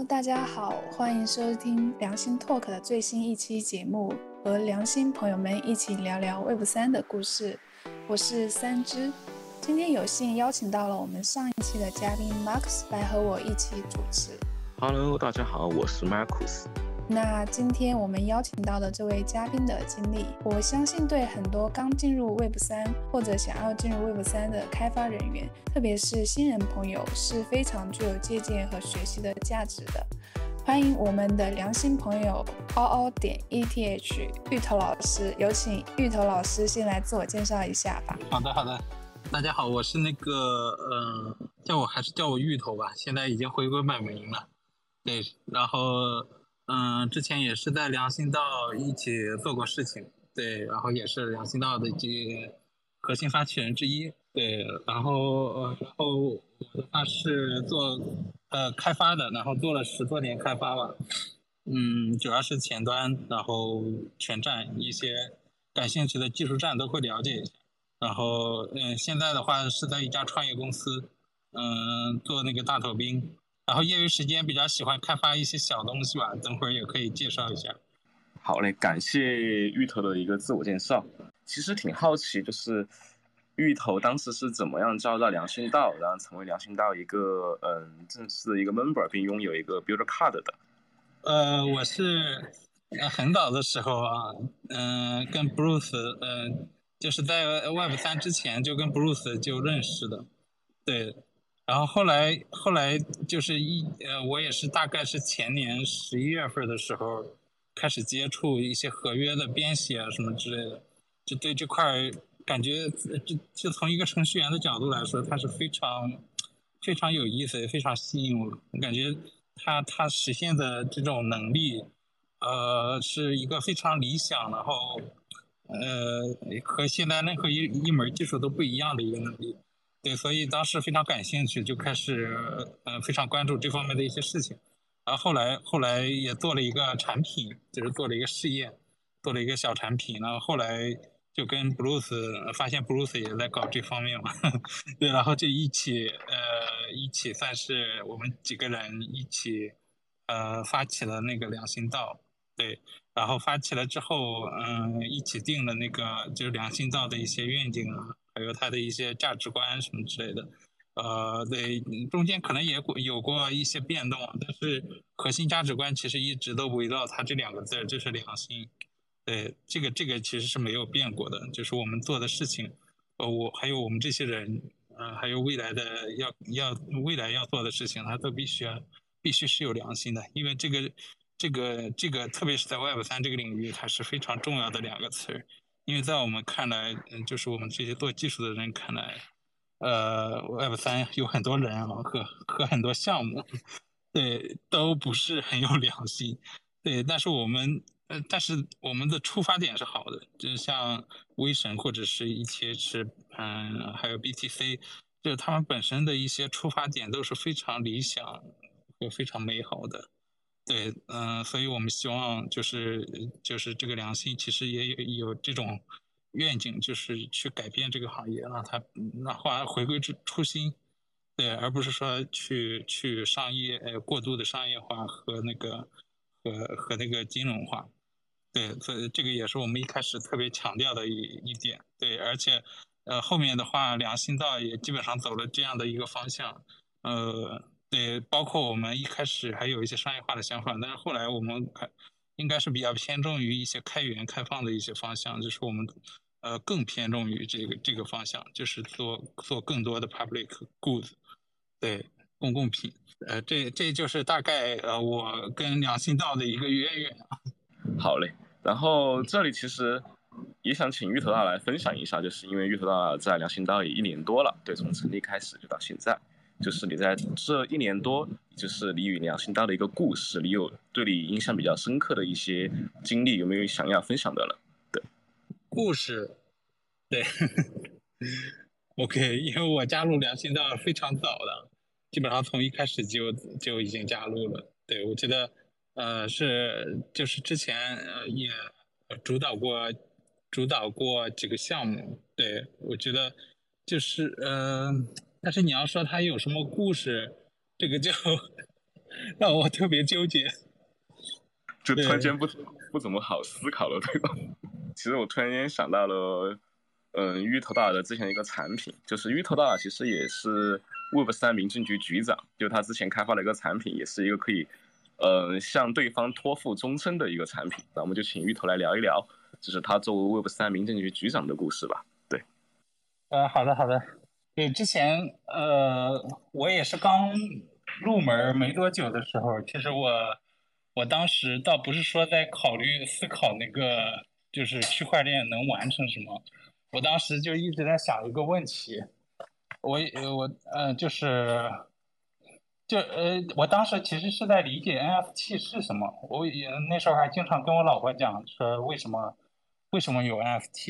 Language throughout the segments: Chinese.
Hello，大家好，欢迎收听良心 Talk 的最新一期节目，和良心朋友们一起聊聊 Web3 的故事。我是三只，今天有幸邀请到了我们上一期的嘉宾 Marcus 来和我一起主持。 Hello， 大家好，我是 Marcus。 那今天我们邀请到的这位嘉宾的经历，我相信对很多刚进入 Web3 或者想要进入 Web3 的开发人员，特别是新人朋友，是非常具有借鉴和学习的价值的。欢迎我们的良心朋友ETH 芋头老师，有请芋头老师先来自我介绍一下吧。 好的，大家好，我是那个还是叫我芋头吧，现在已经回归本名了。对，然后之前也是在良心道一起做过事情，对，然后也是良心道的这个核心发起人之一，对，然后我的话是做开发的，然后做了10多年开发吧，主要是前端，然后全站一些感兴趣的技术站都会了解一下，然后现在的话是在一家创业公司，做那个大头兵。然后业余时间比较喜欢开发一些小东西吧，等会儿也可以介绍一下。 好嘞，感谢芋头的一个自我介绍。其实挺好奇，就是芋头当时是怎么样加入到良心道，然后成为良心道一个正式的一个 member， 并拥有一个 builder card 的。 我是很早的时候啊，跟 Bruce，就是在 Web3 之前就跟 Bruce 就认识的，对。然后后来就是我也是大概是前年11月份的时候开始接触一些合约的编写啊什么之类的，就对这块感觉就从一个程序员的角度来说，它是非常非常有意思，也非常吸引我。我感觉它实现的这种能力，是一个非常理想，然后和现在任何一门技术都不一样的一个能力。对，所以当时非常感兴趣，就开始非常关注这方面的一些事情。然后后来也做了一个产品，就是做了一个试验，做了一个小产品。然后后来就跟 Bruce 发现 Bruce 也在搞这方面嘛，对，然后就一起算是我们几个人一起发起了那个良心道，对，然后发起了之后，一起定了那个就是良心道的一些愿景啊。还有它的一些价值观什么之类的，对，中间可能也有过一些变动，但是核心价值观其实一直都围绕它这2个字，就是良心。对，这个其实是没有变过的，就是我们做的事情，还有我们这些人，还有未来的未来要做的事情，它都必须是有良心的，因为这个，特别是在 Web3 这个领域，它是非常重要的2个词。因为在我们看来，就是我们这些做技术的人看来，Web3 有很多人啊和很多项目，对，都不是很有良心，对，但是我们的出发点是好的，就像威神或者是ETH，还有 BTC，就是他们本身的一些出发点都是非常理想和非常美好的。对，所以我们希望就是这个良心其实也有这种愿景，就是去改变这个行业，让回归初心，对，而不是说去商业过度的商业化和那个金融化，对，所以这个也是我们一开始特别强调的一点，对，而且后面的话良心道也基本上走了这样的一个方向，对，包括我们一开始还有一些商业化的想法，但是后来我们应该是比较偏重于一些开源开放的一些方向，就是我们更偏重于这个方向，就是做更多的 public goods， 对，公共品，这就是大概我跟良心道的一个渊源啊。 好嘞，然后这里其实也想请芋头大来分享一下，就是因为芋头大在良心道也1年多了，对，从成立开始就到现在。就是你在这1年多，就是你与良心道的一个故事，你有对你印象比较深刻的一些经历，有没有想要分享的了？对， 故事，对，OK，因为我加入良心道非常早的，基本上从一开始就已经加入了。对，我觉得，就是之前也主导过几个项目。对，我觉得就是但是你要说他有什么故事，这个就让我特别纠结。 就突然间不怎么好思考了，对吧？其实我突然间想到了，芋头大的之前一个产品，就是芋头大其实也是 Web3 民政局局长，就他之前开发了一个产品，也是一个可以，向对方托付终身的一个产品。那我们就请芋头来聊一聊，就是他作为 Web3 民政局局长的故事吧。对， 好的好的。对，之前我也是刚入门没多久的时候，其实我当时倒不是说在思考那个就是区块链能完成什么，我当时就一直在想一个问题，我当时其实是在理解 NFT 是什么。那时候还经常跟我老婆讲说为什么有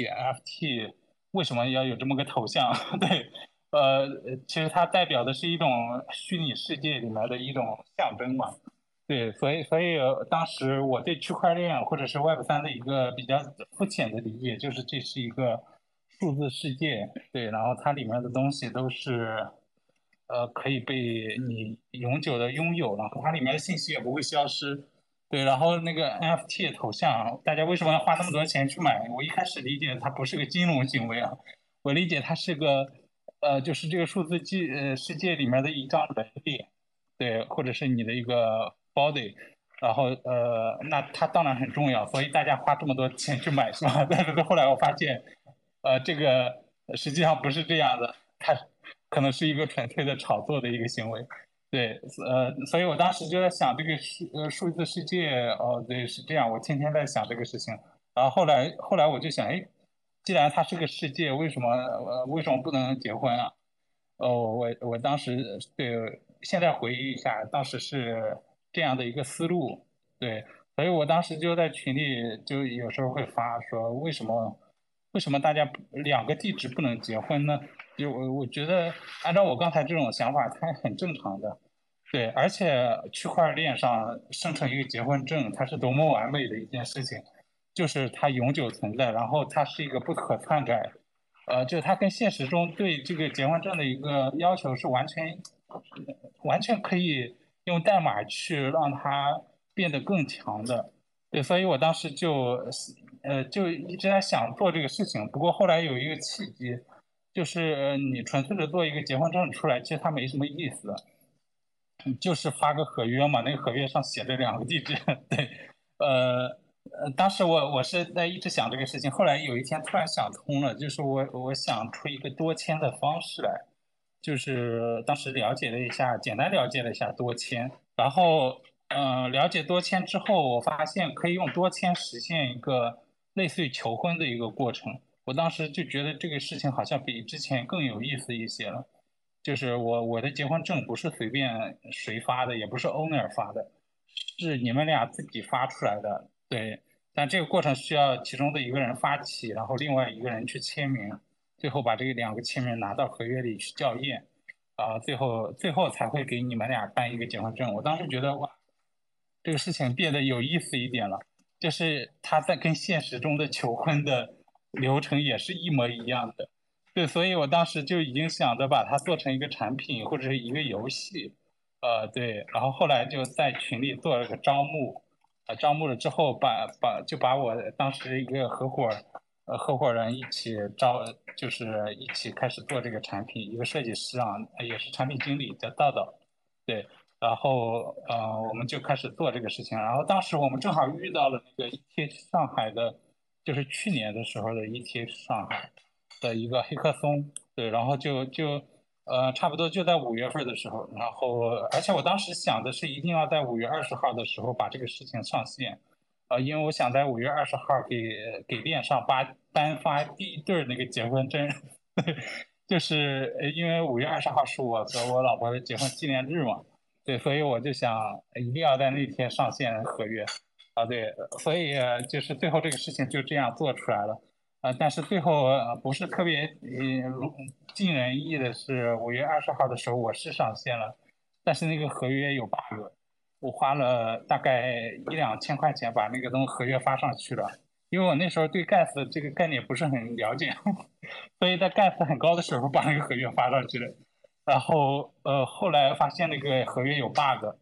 NFT 为什么要有这么个头像？对，其实它代表的是一种虚拟世界里面的一种象征嘛。对，所以当时我对区块链或者是 Web3的一个比较肤浅的理解，就是这是一个数字世界，对，然后它里面的东西都是可以被你永久的拥有，然后它里面的信息也不会消失。对，然后那个 NFT 的头像，大家为什么要花那么多钱去买？我一开始理解它不是个金融行为啊，我理解它是个就是这个数字世界里面的一张人脸，对，或者是你的一个 body，然后那它当然很重要，所以大家花这么多钱去买是吧？但是后来我发现，这个实际上不是这样的，它可能是一个纯粹的炒作的一个行为。对，所以我当时就在想这个数字世界，哦，对，是这样，我天天在想这个事情。然后后来我就想，哎，既然它是个世界，为什么不能结婚啊？哦，我当时对，现在回忆一下，当时是这样的一个思路。对，所以我当时就在群里就有时候会发说，为什么大家两个地址不能结婚呢？就我觉得按照我刚才这种想法，它很正常的。对，而且区块链上生成一个结婚证，它是多么完美的一件事情，就是它永久存在，然后它是一个不可篡改，就是它跟现实中对这个结婚证的一个要求是完全可以用代码去让它变得更强的。对，所以我当时就一直在想做这个事情，不过后来有一个契机，就是你纯粹的做一个结婚证出来，其实它没什么意思。就是发个合约嘛，那个合约上写着两个地址，对，当时我是在一直想这个事情，后来有一天突然想通了，就是我想出一个多签的方式来，就是当时了解了一下，简单了解了一下多签，然后了解多签之后，我发现可以用多签实现一个类似于求婚的一个过程，我当时就觉得这个事情好像比之前更有意思一些了。就是我的结婚证不是随便谁发的，也不是 owner 发的，是你们俩自己发出来的。对，但这个过程需要其中的一个人发起，然后另外一个人去签名，最后把这个两个签名拿到合约里去校验，最后才会给你们俩办一个结婚证。我当时觉得哇，这个事情变得有意思一点了，就是他在跟现实中的求婚的流程也是一模一样的。对，所以我当时就已经想着把它做成一个产品或者是一个游戏，对，然后后来就在群里做了个招募，招募了之后把我当时一个合伙人一起就是一起开始做这个产品，一个设计师啊，也是产品经理叫道道，对，然后我们就开始做这个事情，然后当时我们正好遇到了那个 ETH 上海的，就是去年的时候的 ETH 上海。的一个黑客松，对，然后差不多就在5月份的时候，然后而且我当时想的是一定要在5月20号的时候把这个事情上线，因为我想在5月20号给链上颁发第一对那个结婚证，就是因为5月20号是我和我老婆的结婚纪念日嘛，对，所以我就想一定要在那天上线合约，对，所以就是最后这个事情就这样做出来了。但是最后不是特别尽人意的是5月20号的时候我是上线了，但是那个合约有 bug，我花了大概1-2千块钱把那个合约发上去了，因为我那时候对 Gas 这个概念不是很了解，所以在 Gas 很高的时候把那个合约发上去了，然后后来发现那个合约有 bug，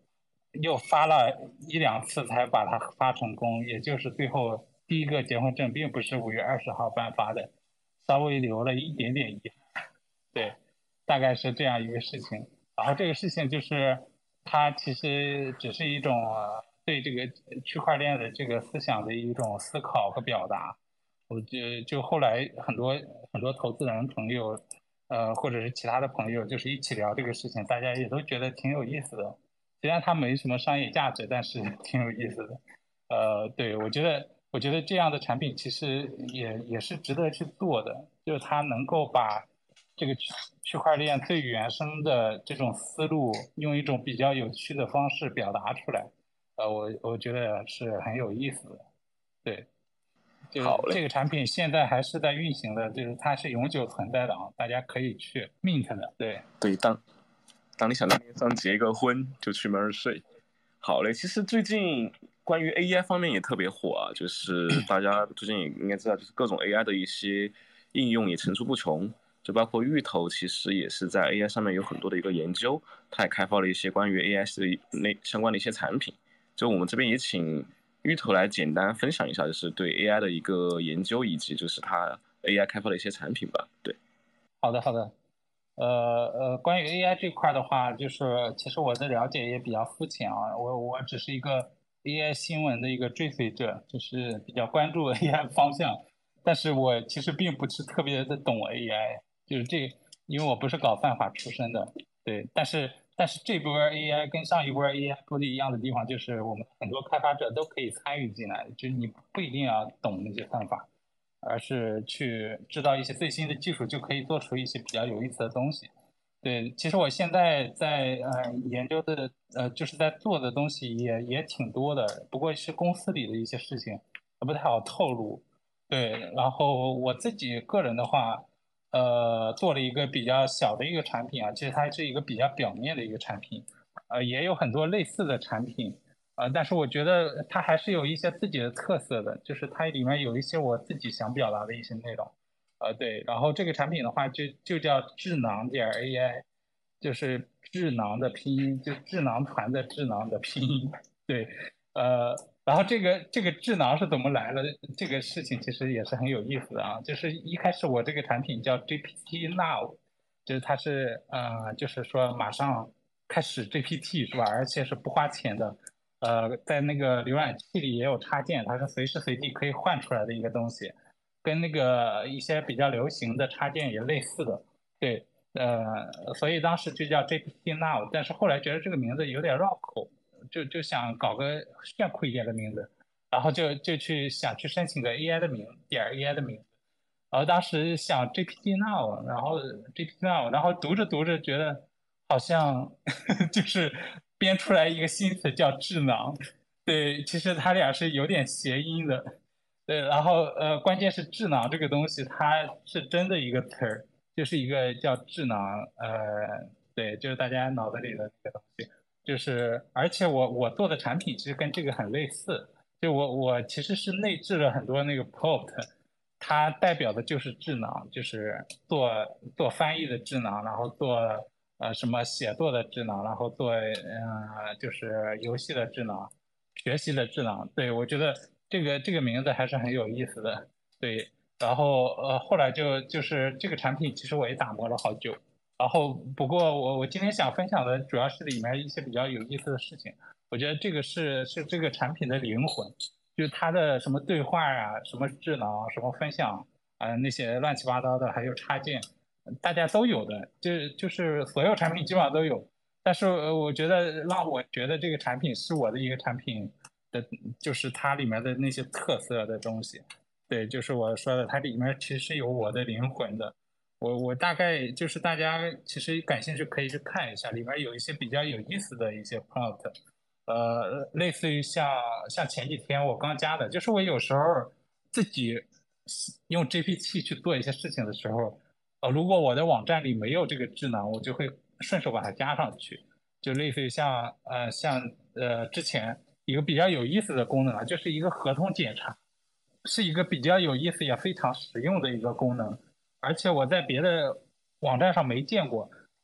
又发了1-2次才把它发成功，也就是最后第一个结婚证并不是5月20号颁发的，稍微留了一点点遗憾。对，大概是这样一个事情。然后这个事情就是它其实只是一种对这个区块链的这个思想的一种思考和表达。我就后来很多投资人朋友，或者是其他的朋友，就是一起聊这个事情，大家也都觉得挺有意思的。虽然它没什么商业价值，但是挺有意思的。对，我觉得这样的产品其实也是值得去做的，就是它能够把这个区块链最原生的这种思路，用一种比较有趣的方式表达出来。我觉得是很有意思的。对，就是这好嘞， 个产品现在还是在运行的，就是它是永久存在的啊，大家可以去 mint 的。对。 对，当你想在面上结个婚，就去门儿睡。好嘞，其实最近关于 AI 方面也特别火啊，就是大家最近也应该知道，就是各种 AI 的一些应用也层出不穷，就包括芋头，其实也是在 AI 上面有很多的一个研究，它也开发了一些关于 AI 相关的一些产品。就我们这边也请芋头来简单分享一下，就是对 AI 的一个研究以及就是它 AI 开发的一些产品吧。对， 好的，好的。关于 AI 这块的话，就是其实我的了解也比较肤浅啊，我只是一个 AI 新闻的一个追随者，就是比较关注 AI 方向，但是我其实并不是特别的懂 AI，就是因为我不是搞算法出身的。对，但是这波 AI 跟上一波 AI 不一样的地方，就是我们很多开发者都可以参与进来，就是你不一定要懂那些算法。而是去知道一些最新的技术，就可以做出一些比较有意思的东西。对，其实我现在在研究的就是在做的东西也挺多的，不过是公司里的一些事情，不太好透露。对，然后我自己个人的话，做了一个比较小的一个产品啊，其实它是一个比较表面的一个产品，也有很多类似的产品。但是我觉得它还是有一些自己的特色的，就是它里面有一些我自己想表达的一些内容。对，然后这个产品的话就叫智囊点 AI，就是智囊的拼音，就智囊团的智囊的拼音。对，呃，然后这个智囊是怎么来的？这个事情其实也是很有意思的啊。就是一开始我这个产品叫 GPT Now，就是它是就是说马上开始 GPT 是吧？而且是不花钱的。在那个浏览器里也有插件，它是随时随地可以换出来的一个东西，跟那个一些比较流行的插件也类似的。对，所以当时就叫 GPT Now，但是后来觉得这个名字有点绕口，就想搞个炫酷一点的名字，然后就想去申请个 AI 的名点 AI 的名字，然后当时想 GPT Now，然后 GPT Now，然后读着读着觉得好像就是编出来一个新词叫智囊。对，其实它俩是有点谐音的。对，然后关键是智囊这个东西，它是真的一个词儿，就是一个叫智囊。对，就是大家脑子里的那个东西，就是而且我做的产品其实跟这个很类似，就我其实是内置了很多那个 prompt，它代表的就是智囊，就是做翻译的智囊，然后做什么写作的智囊，然后做就是游戏的智囊，学习的智囊。对，我觉得这个名字还是很有意思的。对，然后后来就是这个产品，其实我也打磨了好久。然后不过我今天想分享的主要是里面一些比较有意思的事情。我觉得这个是这个产品的灵魂，就是它的什么对话啊，什么智能，什么分享那些乱七八糟的，还有插件，大家都有的，就是所有产品基本上都有。但是我觉得让我觉得这个产品是我的一个产品的，就是它里面的那些特色的东西。对，就是我说的，它里面其实是有我的灵魂的。我大概就是大家其实感兴趣可以去看一下，里面有一些比较有意思的一些 prompt。类似于像前几天我刚加的，就是我有时候自己用 GPT 去做一些事情的时候，如果我的网站里没有这个智能，我就会顺手把它加上去，就类似于像之前一个比较有意思的功能啊，就是一个合同检查，是一个比较有意思也非常实用的一个功能，而且我在别的网站上没见过。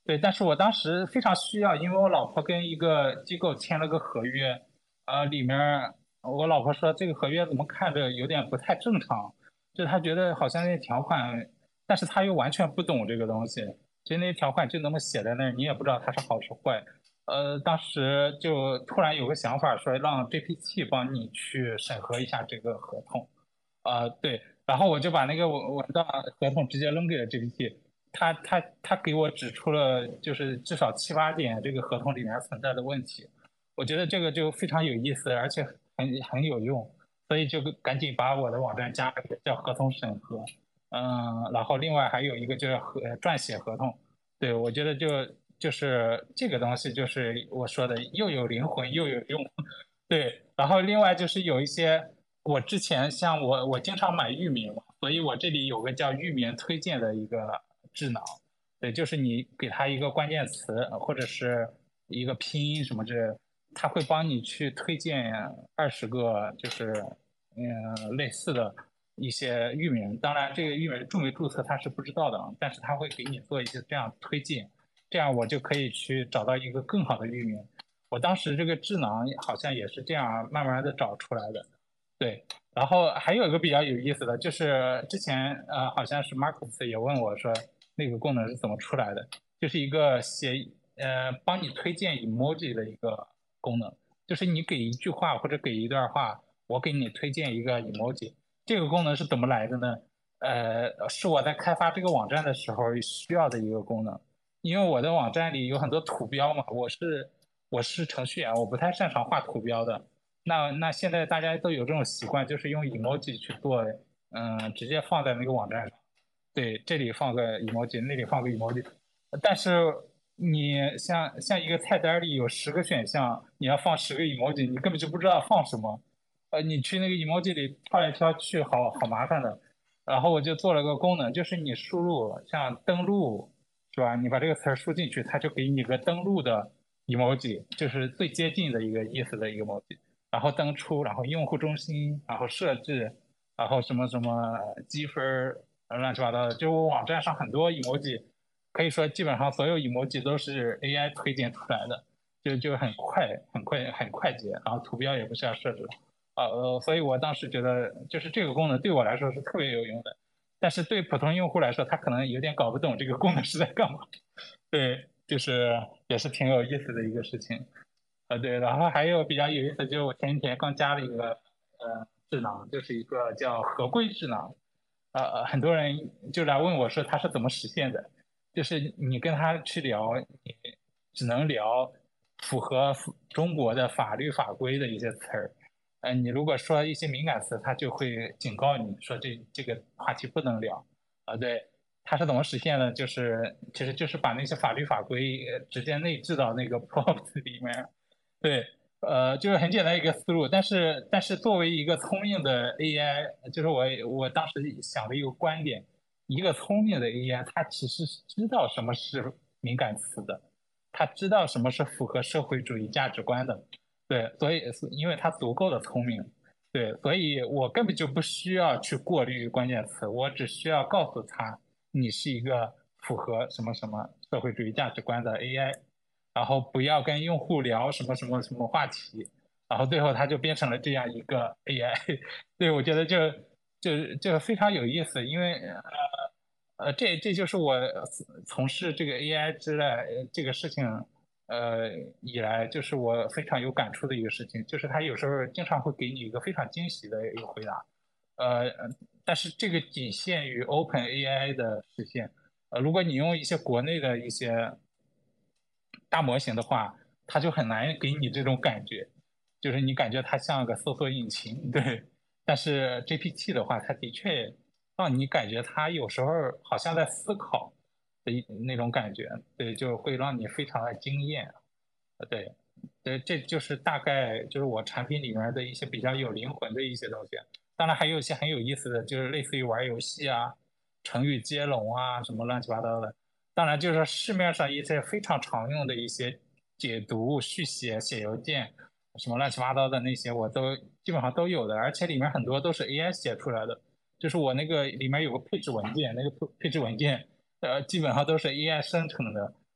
对，但是我当时非常需要，因为我老婆跟一个机构签了个合约，里面我老婆说这个合约怎么看着有点不太正常，就她觉得好像那条款，但是她又完全不懂这个东西，就那条款就那么写在那儿，你也不知道它是好是坏。当时就突然有个想法，说让 GPT 帮你去审核一下这个合同，对，然后我就把那个文档合同直接扔给了 GPT，他给我指出了就是至少7、8点这个合同里面存在的问题，我觉得这个就非常有意思，而且很有用，所以就赶紧把我的网站加了一个叫合同审核，然后另外还有一个就是撰写合同，对，我觉得就是这个东西就是我说的又有灵魂又有用，对，然后另外就是有一些我之前像我经常买域名嘛，所以我这里有个叫域名推荐的一个智囊，对，就是你给它一个关键词或者是一个拼音什么之类的，它会帮你去推荐20个就是类似的一些域名。当然，这个域名注没注册它是不知道的啊，但是它会给你做一些这样推荐，这样我就可以去找到一个更好的域名。我当时这个智囊好像也是这样慢慢的找出来的，对。然后还有一个比较有意思的，就是之前好像是 Marcus 也问我说那个功能是怎么出来的，就是一个帮你推荐 emoji 的一个功能，就是你给一句话或者给一段话，我给你推荐一个 emoji。这个功能是怎么来的呢？是我在开发这个网站的时候需要的一个功能，因为我的网站里有很多图标嘛，我是程序员，我不太擅长画图标的。那现在大家都有这种习惯，就是用 emoji 去做，直接放在那个网站上。对，这里放个 emoji，那里放个 emoji。但是你像一个菜单里有10个选项，你要放10个 emoji，你根本就不知道放什么。你去那个 emoji 里挑来挑去，好麻烦的。然后我就做了个功能，就是你输入像登录，是吧？你把这个词儿输进去，它就给你个登录的 emoji，就是最接近的一个意思的一个 emoji。然后登出，然后用户中心，然后设置，然后什么什么积分乱七八糟的。就我网站上很多 emoji，可以说基本上所有 emoji 都是 AI 推荐出来的，就很快很快捷，然后图标也不需要设置。所以我当时觉得就是这个功能对我来说是特别有用的，但是对普通用户来说，他可能有点搞不懂这个功能是在干嘛。对，就是也是挺有意思的一个事情。对，然后还有比较有意思，就是我前几天刚加了一个智囊，就是一个叫合规智囊。很多人就来问我说它是怎么实现的，就是你跟他去聊，你只能聊符合中国的法律法规的一些词儿。你如果说一些敏感词，他就会警告你说这个话题不能聊。对，它是怎么实现的？其实就是把那些法律法规直接内置到那个 prompt 里面。对，就是很简单一个思路，但是作为一个聪明的 AI，就是我当时想的一个观点，一个聪明的 AI，它其实是知道什么是敏感词的，它知道什么是符合社会主义价值观的，对，所以因为它足够的聪明，对，所以我根本就不需要去过滤关键词，我只需要告诉他你是一个符合什么什么社会主义价值观的 AI。然后不要跟用户聊什么什么什么话题，然后最后它就变成了这样一个 AI。对，我觉得就非常有意思，因为这就是我从事这个 AI 之类这个事情以来，就是我非常有感触的一个事情，就是它有时候经常会给你一个非常惊喜的一个回答，呃，但是这个仅限于 OpenAI 的实现，如果你用一些国内的一些大模型的话，它就很难给你这种感觉，就是你感觉它像个搜索引擎，对。但是 GPT 的话，它的确让你感觉它有时候好像在思考的那种感觉，对，就会让你非常的惊艳，对。对，这就是大概就是我产品里面的一些比较有灵魂的一些东西。当然还有一些很有意思的，就是类似于玩游戏啊、成语接龙啊什么乱七八糟的。当然，就是说市面上一些非常常用的一些解读、续写、写邮件，什么乱七八糟的那些，我都基本上都有的，而且里面很多都是 AI 写出来的。就是我那个里面有个配置文件，那个配置文件，基本上都是 AI 生成的。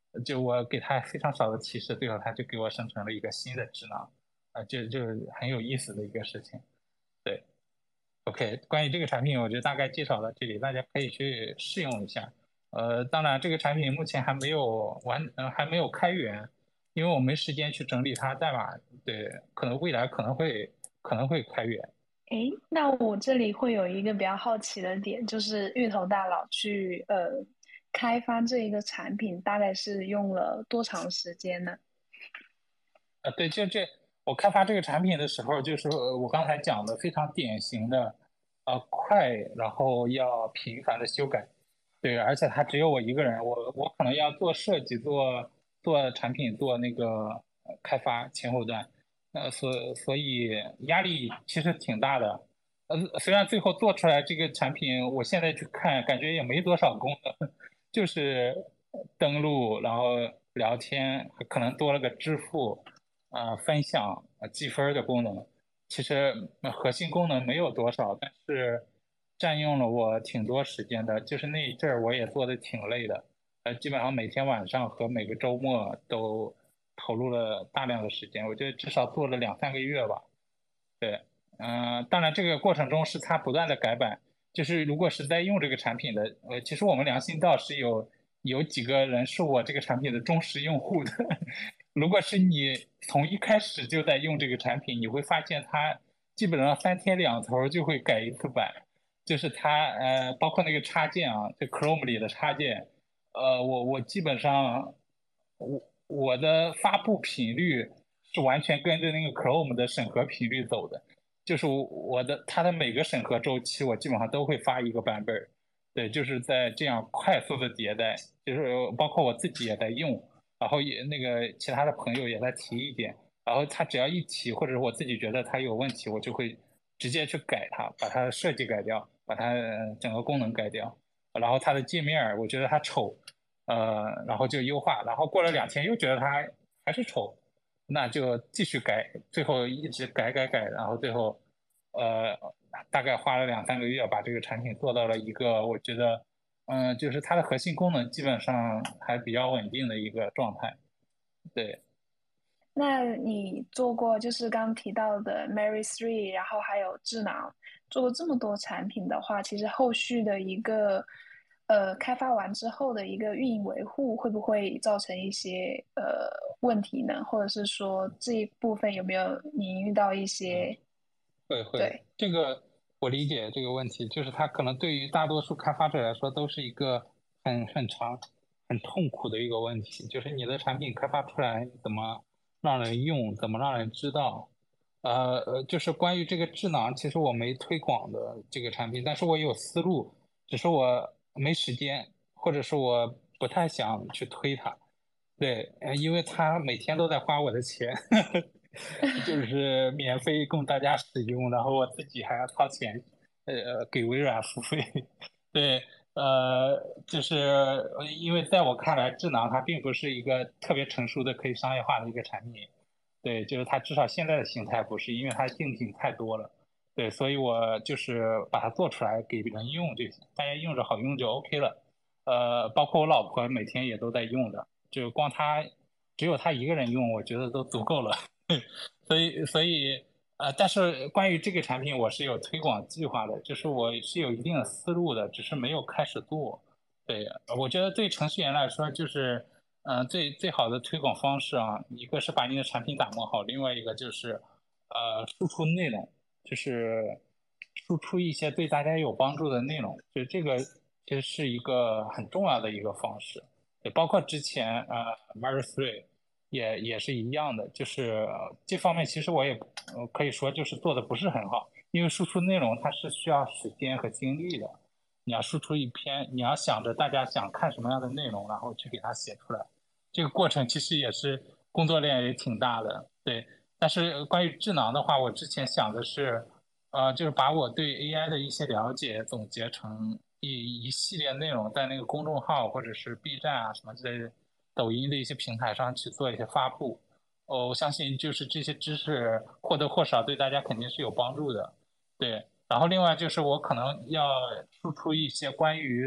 就我给他非常少的提示，最后他就给我生成了一个新的智囊，就很有意思的一个事情。对，OK，关于这个产品，我就大概介绍到这里，大家可以去试用一下。当然这个产品目前还没有还没有开源，因为我没时间去整理它代码。对，可能未来可能会开源。 诶，那我这里会有一个比较好奇的点，就是芋头大佬去开发这一个产品，大概是用了多长时间呢？ 对，我开发这个产品的时候，就是我刚才讲的非常典型的，快，然后要频繁的修改。对，而且它只有我一个人，我可能要做设计、做产品、做那个开发前后端，所以压力其实挺大的。虽然最后做出来这个产品，我现在去看，感觉也没多少功能，就是登录，然后聊天，可能多了个支付，分享、积分的功能。其实核心功能没有多少，但是占用了我挺多时间的。就是那一阵儿我也做的挺累的，基本上每天晚上和每个周末都投入了大量的时间，我觉得至少做了2、3个月吧。对，当然这个过程中是他不断的改版，就是如果是在用这个产品的，其实我们良心道是有几个人是我这个产品的忠实用户的。如果是你从一开始就在用这个产品，你会发现它基本上3天2头就会改一次版，就是它包括那个插件啊，就 Chrome 里的插件，我基本上我的发布频率是完全跟着那个 Chrome 的审核频率走的，就是它的每个审核周期，我基本上都会发一个版本。对，就是在这样快速的迭代，就是包括我自己也在用，然后也那个其他的朋友也在提意见，然后他只要一提，或者是我自己觉得他有问题，我就会直接去改它，把它的设计改掉，把它整个功能改掉，然后它的界面我觉得它丑，然后就优化，然后过了2天又觉得它还是丑，那就继续改，最后一直改，然后最后呃大概花了2、3个月把这个产品做到了一个我觉得就是它的核心功能基本上还比较稳定的一个状态。对， 那你做过就是刚刚提到的 Mary Three，然后还有智囊，做过这么多产品的话，其实后续的一个开发完之后的一个运营维护，会不会造成一些问题呢？或者是说这一部分有没有你遇到一些会， 对？ 这个我理解这个问题，就是它可能对于大多数开发者来说都是一个很长、很痛苦的一个问题，就是你的产品开发出来怎么让人用，怎么让人知道。就是关于这个智囊，其实我没推广的这个产品，但是我有思路，只是我没时间，或者是我不太想去推它。对，因为他每天都在花我的钱，就是免费供大家使用，然后我自己还要掏钱，给微软付费。对，就是因为在我看来，智囊它并不是一个特别成熟的可以商业化的一个产品。对，就是它至少现在的形态不是，因为它竞品太多了。对，所以我就是把它做出来给人用就行，大家用着好用就 OK 了。包括我老婆每天也都在用的。就光他只有他一个人用，我觉得都足够了。所以但是关于这个产品，我是有推广计划的，就是我是有一定的思路的，只是没有开始做。对，我觉得对程序员来说，就是最好的推广方式啊，一个是把你的产品打磨好，另外一个就是输出内容，就是输出一些对大家有帮助的内容，就这个其实是一个很重要的一个方式。也包括之前Mary Three 也是一样的，就是这方面其实我也可以说就是做的不是很好，因为输出内容它是需要时间和精力的。你要输出一篇，你要想着大家想看什么样的内容，然后去给它写出来，这个过程其实也是工作量也挺大的。对，但是关于智囊的话，我之前想的是，就是把我对 AI 的一些了解总结成一系列内容，在那个公众号或者是 B 站啊什么之类的，抖音的一些平台上去做一些发布。我相信就是这些知识或多或少对大家肯定是有帮助的。对，然后另外就是我可能要输出一些关于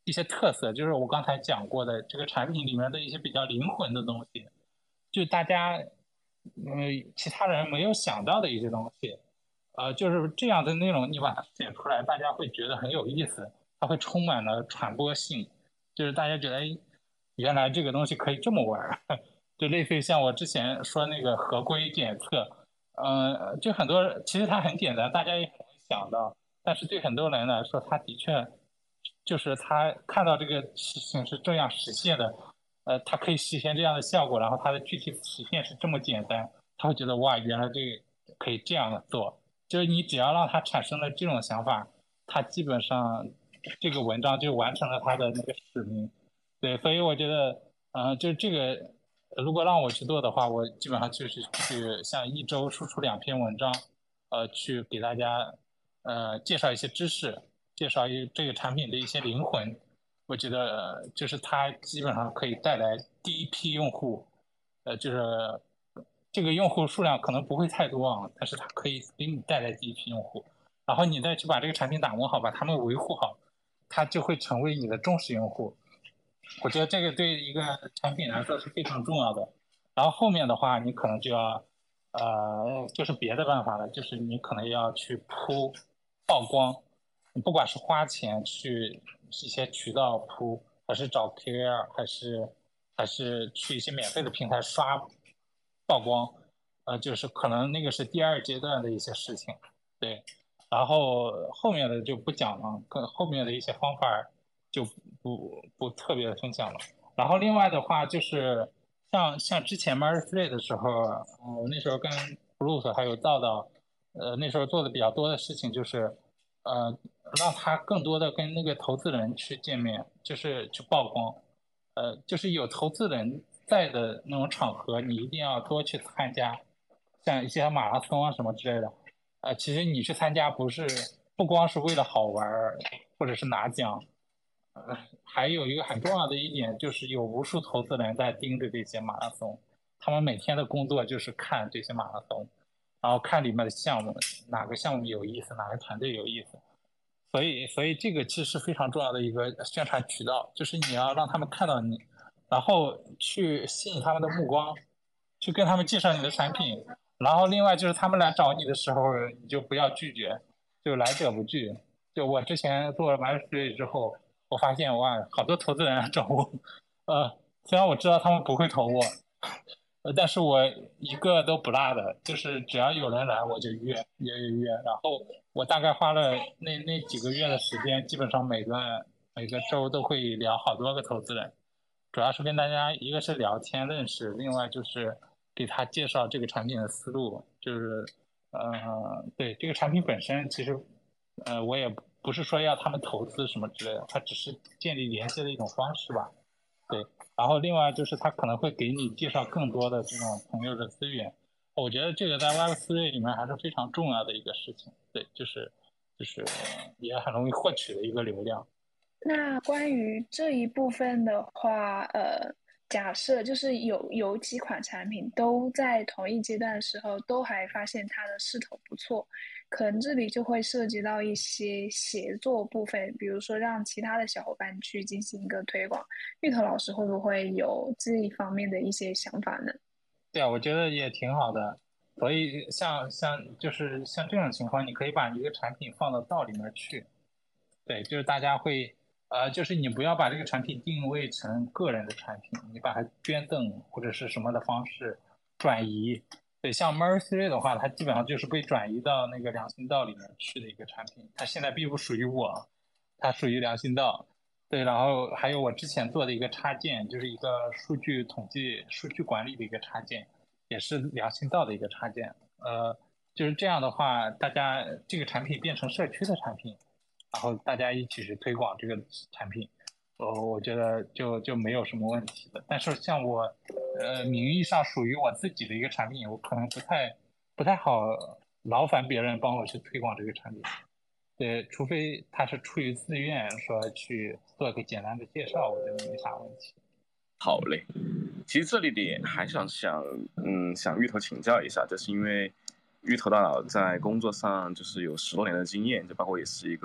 一些特色，就是我刚才讲过的这个产品里面的一些比较灵魂的东西，就大家其他人没有想到的一些东西，就是这样的内容你把它写出来，大家会觉得很有意思，它会充满了传播性，就是大家觉得哎，原来这个东西可以这么玩，就类似于像我之前说那个合规检测，就很多其实它很简单，大家也很容易想到，但是对很多人来说，他的确就是他看到这个事情是这样实现的，它可以实现这样的效果，然后它的具体实现是这么简单，他会觉得哇，原来这个可以这样做。就是你只要让他产生了这种想法，他基本上这个文章就完成了他的那个使命。对，所以我觉得，就是这个，如果让我去做的话，我基本上就是去像一周输出2篇文章，去给大家介绍一些知识，介绍这个产品的一些灵魂。我觉得就是它基本上可以带来第一批用户，就是这个用户数量可能不会太多啊，但是它可以给你带来第一批用户，然后你再去把这个产品打磨好，把他们维护好，它就会成为你的忠实用户。我觉得这个对一个产品来说是非常重要的。然后后面的话，你可能就要就是别的办法了，就是你可能要去铺曝光，你不管是花钱去一些渠道铺，还是找 KOL，还是去一些免费的平台刷曝光，就是可能那个是第二阶段的一些事情，对。然后后面的就不讲了，跟后面的一些方法就不特别的分享了。然后另外的话就是像之前 Mary3 的时候，我那时候跟 Bruce 还有道道，那时候做的比较多的事情就是，让他更多的跟那个投资人去见面，就是去曝光，就是有投资人在的那种场合，你一定要多去参加，像一些马拉松啊什么之类的。其实你去参加不光是为了好玩或者是拿奖，还有一个很重要的一点就是有无数投资人在盯着这些马拉松，他们每天的工作就是看这些马拉松，然后看里面的项目，哪个项目有意思，哪个团队有意思。所以这个其实是非常重要的一个宣传渠道，就是你要让他们看到你，然后去吸引他们的目光，去跟他们介绍你的产品，然后另外就是他们来找你的时候，你就不要拒绝，就来者不拒。就我之前做了MyStreet之后，我发现哇，好多投资人来找我，虽然我知道他们不会投我，但是我一个都不落的，就是只要有人来我就约，然后我大概花了那几个月的时间，基本上每个周都会聊好多个投资人，主要是跟大家一个是聊天认识，另外就是给他介绍这个产品的思路，就是对这个产品本身，其实我也不是说要他们投资什么之类的，它只是建立联系的一种方式吧，对。然后另外就是他可能会给你介绍更多的这种朋友的资源，我觉得这个在 Web3 里面还是非常重要的一个事情，对，就是也很容易获取的一个流量。 那关于这一部分的话，假设就是有几款产品都在同一阶段的时候，都还发现它的势头不错，可能这里就会涉及到一些协作部分，比如说让其他的小伙伴去进行一个推广。芋头老师会不会有这一方面的一些想法呢？ 对啊，我觉得也挺好的。所以就是像这种情况，你可以把一个产品放到道里面去，对，就是大家会，就是你不要把这个产品定位成个人的产品，你把它捐赠或者是什么的方式转移。对，像 Mercy 的话，它基本上就是被转移到那个良心道里面去的一个产品，它现在并不属于我，它属于良心道。对，然后还有我之前做的一个插件，就是一个数据统计、数据管理的一个插件，也是良心道的一个插件。就是这样的话，大家这个产品变成社区的产品。然后大家一起去推广这个产品，我觉得就没有什么问题的。但是像我，名义上属于我自己的一个产品，我可能不太好劳烦别人帮我去推广这个产品。对，除非他是出于自愿说去做个简单的介绍，我觉得没啥问题。 好嘞，其实这里点还想芋头请教一下，就是因为芋头大佬在工作上就是有10多年的经验，就包括也是一个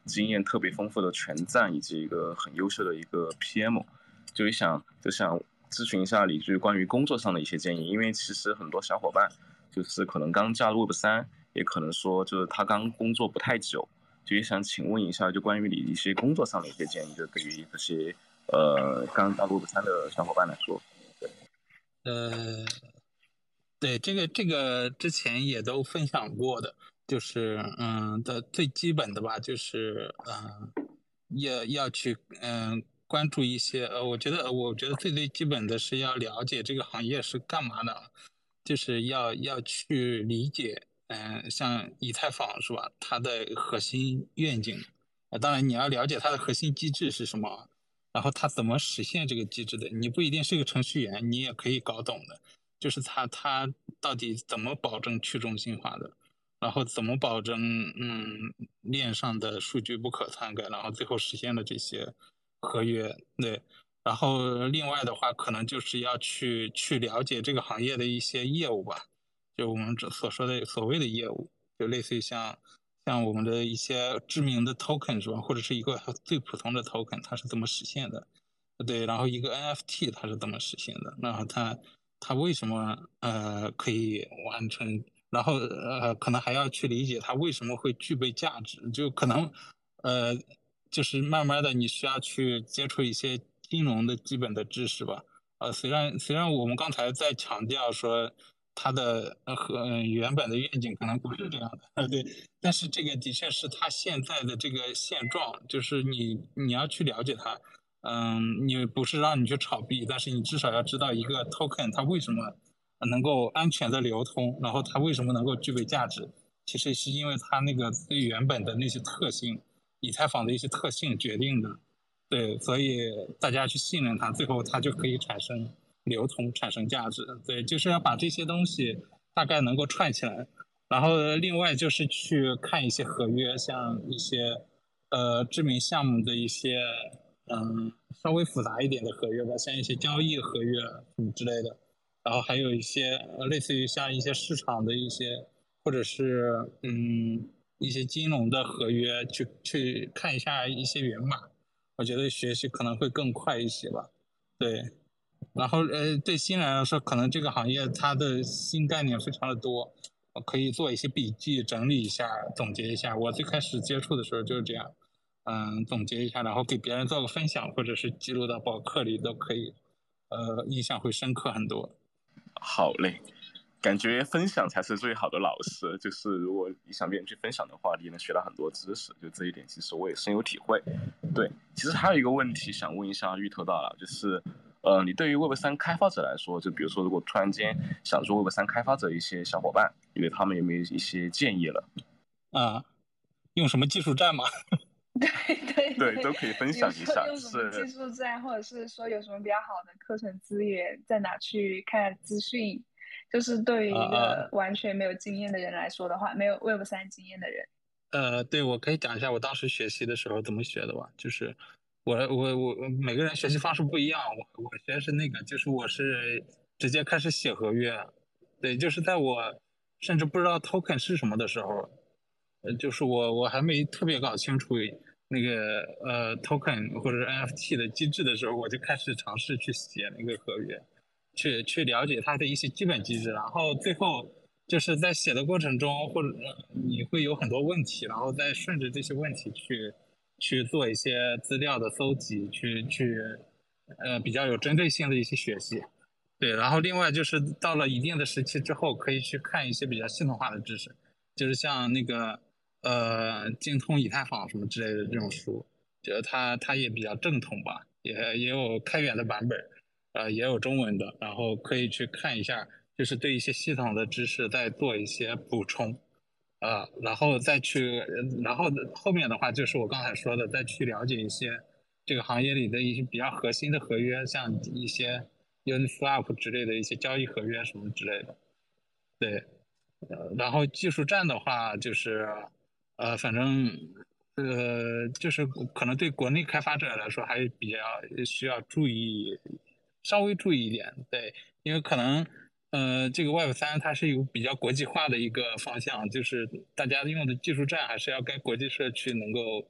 经验特别丰富的全站以及一个很优秀的一个 PM，就想咨询一下李居关于工作上的一些建议，因为其实很多小伙伴就是可能刚加入 Web3，也可能说就是他刚工作不太久，就也想请问一下，就关于你一些工作上的一些建议，就对于这些刚加入 Web3的小伙伴来说。 呃，对，这个之前也都分享过的，就是的最基本的吧，就是要去关注一些我觉得最基本的是要了解这个行业是干嘛的，就是要去理解像以太坊是吧，它的核心愿景当然你要了解它的核心机制是什么，然后它怎么实现这个机制的，你不一定是个程序员，你也可以搞懂的。就是它到底怎么保证去中心化的，然后怎么保证链上的数据不可篡改，然后最后实现了这些合约。对，然后另外的话可能就是要去了解这个行业的一些业务吧，就我们所说的所谓的业务，就类似于像我们的一些知名的 token 是吧，或者是一个最普通的 token 它是怎么实现的，对，然后一个 NFT 它是怎么实现的，然后它为什么可以完成，然后可能还要去理解它为什么会具备价值，就可能就是慢慢的你需要去接触一些金融的基本的知识吧。虽然我们刚才在强调说它的原本的愿景可能不是这样的，对，但是这个的确是它现在的这个现状，就是你要去了解它。你不是让你去炒币，但是你至少要知道一个 token 它为什么能够安全的流通，然后它为什么能够具备价值，其实是因为它那个最原本的那些特性，以太坊的一些特性决定的。对，所以大家去信任它，最后它就可以产生流通，产生价值。对，就是要把这些东西大概能够串起来，然后另外就是去看一些合约，像一些知名项目的一些稍微复杂一点的合约吧，像一些交易合约什么之类的，然后还有一些类似于像一些市场的一些，或者是一些金融的合约，去看一下一些源码，我觉得学习可能会更快一些吧。对，然后对新人来说，可能这个行业它的新概念非常的多，我可以做一些笔记，整理一下，总结一下。我最开始接触的时候就是这样。总结一下，然后给别人做个分享，或者是记录到博客里都可以，印象会深刻很多。 好嘞，感觉分享才是最好的老师，就是如果你想别人去分享的话，你也能学到很多知识，就这一点其实我也深有体会。对，其实还有一个问题想问一下芋头大佬，就是你对于 Web3 开发者来说，就比如说如果突然间想做 Web3 开发者一些小伙伴，你对他们有没有一些建议了？ 用什么技术栈吗？ 对，都可以分享一下。 用什么技术栈，或者是说有什么比较好的课程资源，在哪去看资讯？就是对于一个完全没有经验的人来说的话，没有 Web3 经验的人， 对，我可以讲一下我当时学习的时候怎么学的吧。就是我每个人学习方式不一样，我学的是那个，就是我是直接开始写合约。对，就是在我甚至不知道 token 是什么的时候，就是我还没特别搞清楚那个token 或者是 NFT 的机制的时候，我就开始尝试去写那个合约，去了解它的一些基本机制，然后最后就是在写的过程中，或者你会有很多问题，然后再顺着这些问题去做一些资料的搜集，比较有针对性的一些学习。对，然后另外就是到了一定的时期之后，可以去看一些比较系统化的知识，就是像那个精通以太坊什么之类的这种书，觉得它也比较正统吧，也有开源的版本，也有中文的，然后可以去看一下，就是对一些系统的知识再做一些补充，然后然后后面的话就是我刚才说的，再去了解一些这个行业里的一些比较核心的合约，像一些 Uniswap 之类的一些交易合约什么之类的，对。然后技术栈的话，就是反正就是可能对国内开发者来说还是比较需要稍微注意一点，对，因为可能这个 Web3它是有比较国际化的一个方向，就是大家用的技术栈还是要跟国际社区能够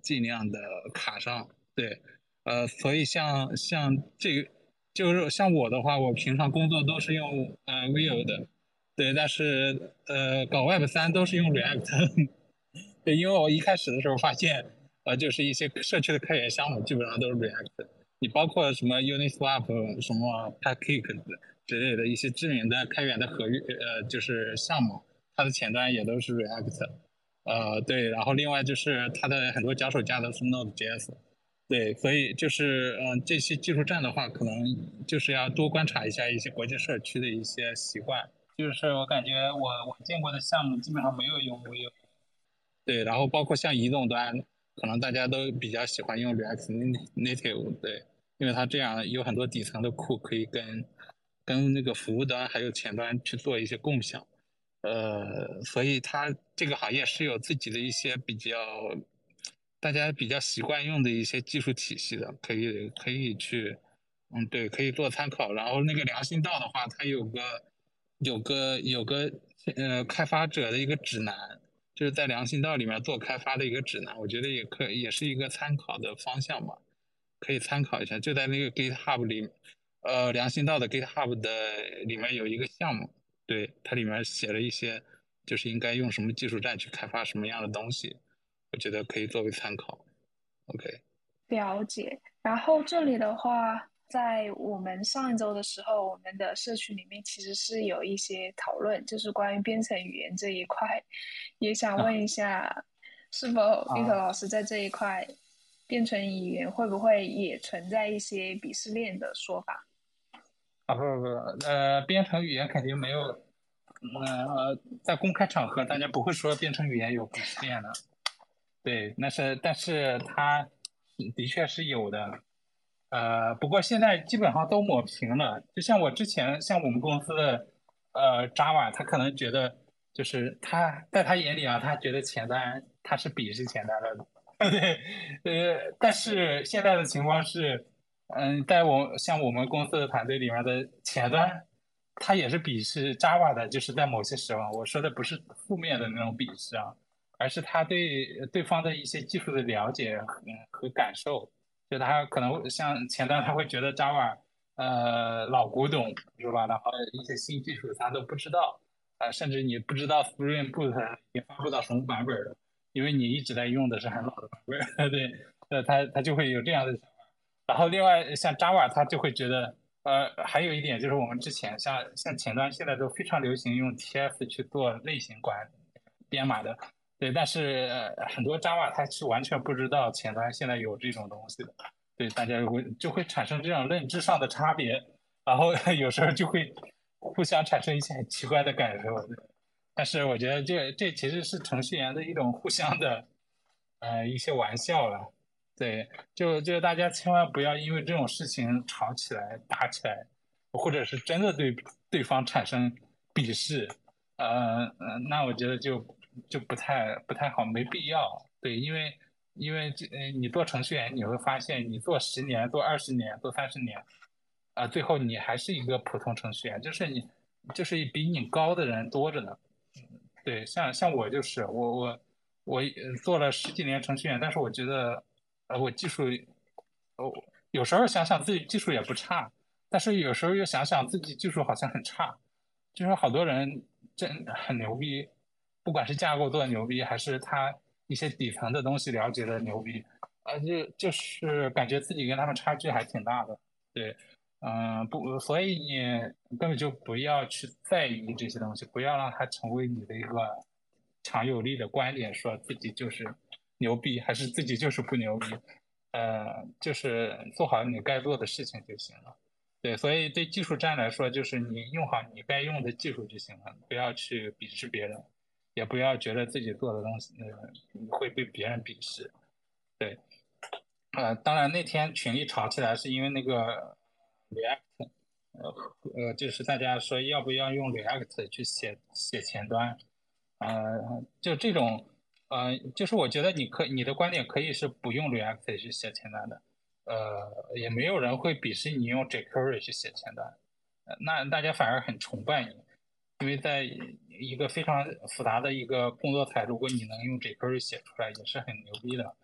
尽量的卡上。对，所以像这个，就是像我的话，我平常工作都是用Vue 的，对，但是搞 Web3都是用 React。对，因为我一开始的时候发现，就是一些社区的开源项目基本上都是 React，你包括什么 Uniswap、什么 Pancake 之类的一些知名的开源的合约，就是项目，它的前端也都是 React。对，然后另外就是它的很多脚手架都是 Node.js。对，所以就是这些技术栈的话，可能就是要多观察一下一些国际社区的一些习惯。就是我感觉我见过的项目基本上没有用 Vue。对，然后包括像移动端，可能大家都比较喜欢用 React Native。对，因为它这样有很多底层的库可以跟那个服务端还有前端去做一些共享。所以它这个行业是有自己的一些大家比较习惯用的一些技术体系的，可以去，对，可以做参考。然后那个良心道的话，它有个开发者的一个指南，就是在良心道里面做开发的一个指南，我觉得也是一个参考的方向吧，可以参考一下。就在那个 GitHub 里，良心道的 GitHub 的里面有一个项目，对，它里面写了一些，就是应该用什么技术栈去开发什么样的东西，我觉得可以作为参考。OK。 了解。然后这里的话，在我们上一周的时候，我们的社区里面其实是有一些讨论，就是关于编程语言这一块，也想问一下，是否玉头老师在这一块编程语言会不会也存在一些鄙视链的说法？ 不，编程语言肯定没有，在公开场合大家不会说编程语言有鄙视链的。对，但是它的确是有的。不过现在基本上都抹平了。就像我之前，像我们公司的Java，他可能觉得就是他在他眼里啊，他觉得前端他是鄙视前端的。对，但是现在的情况是，在像我们公司的团队里面的前端，他也是鄙视 Java 的，就是在某些时候，我说的不是负面的那种鄙视啊，而是他对对方的一些技术的了解和感受。就他可能像前端他会觉得 Java 老古董是吧？然后一些新技术他都不知道，甚至你不知道 Spring Boot 已经发布到什么版本了，因为你一直在用的是很老的版本。对，他就会有这样的想法。然后另外像 Java 他就会觉得，还有一点就是我们之前像前端现在都非常流行用 TS 去做类型管编码的。对，但是很多 Java 它是完全不知道前端现在有这种东西的。对，大家就会产生这种认知上的差别，然后有时候就会互相产生一些很奇怪的感受。但是我觉得这其实是程序员的一种互相的一些玩笑了。对，就大家千万不要因为这种事情吵起来、打起来，或者是真的对对方产生鄙视。那我觉得就不太好，没必要。对，因为你做程序员，你会发现你做10年、做20年、做30年，最后你还是一个普通程序员，就是比你高的人多着呢。对，像我就是我做了十几年程序员，但是我觉得我技术，有时候想想自己技术也不差，但是有时候又想想自己技术好像很差。就是好多人真很牛逼，不管是架构做的牛逼，还是他一些底层的东西了解的牛逼，就是感觉自己跟他们差距还挺大的。对，不，所以你根本就不要去在意这些东西，不要让它成为你的一个强有力的观点，说自己就是牛逼，还是自己就是不牛逼。就是做好你该做的事情就行了。对，所以对技术站来说，就是你用好你该用的技术就行了，不要去鄙视别人，也不要觉得自己做的东西，会被别人鄙视。对，当然那天群里吵起来是因为那个 React，就是大家说要不要用 React 去写前端。就这种，就是我觉得你的观点可以是不用 React 去写前端的。也没有人会鄙视你用 jQuery 去写前端。那大家反而很崇拜你，因为在一个非常复杂的一个工作台，如果你能用 jQuery 写出来，也是很牛逼的。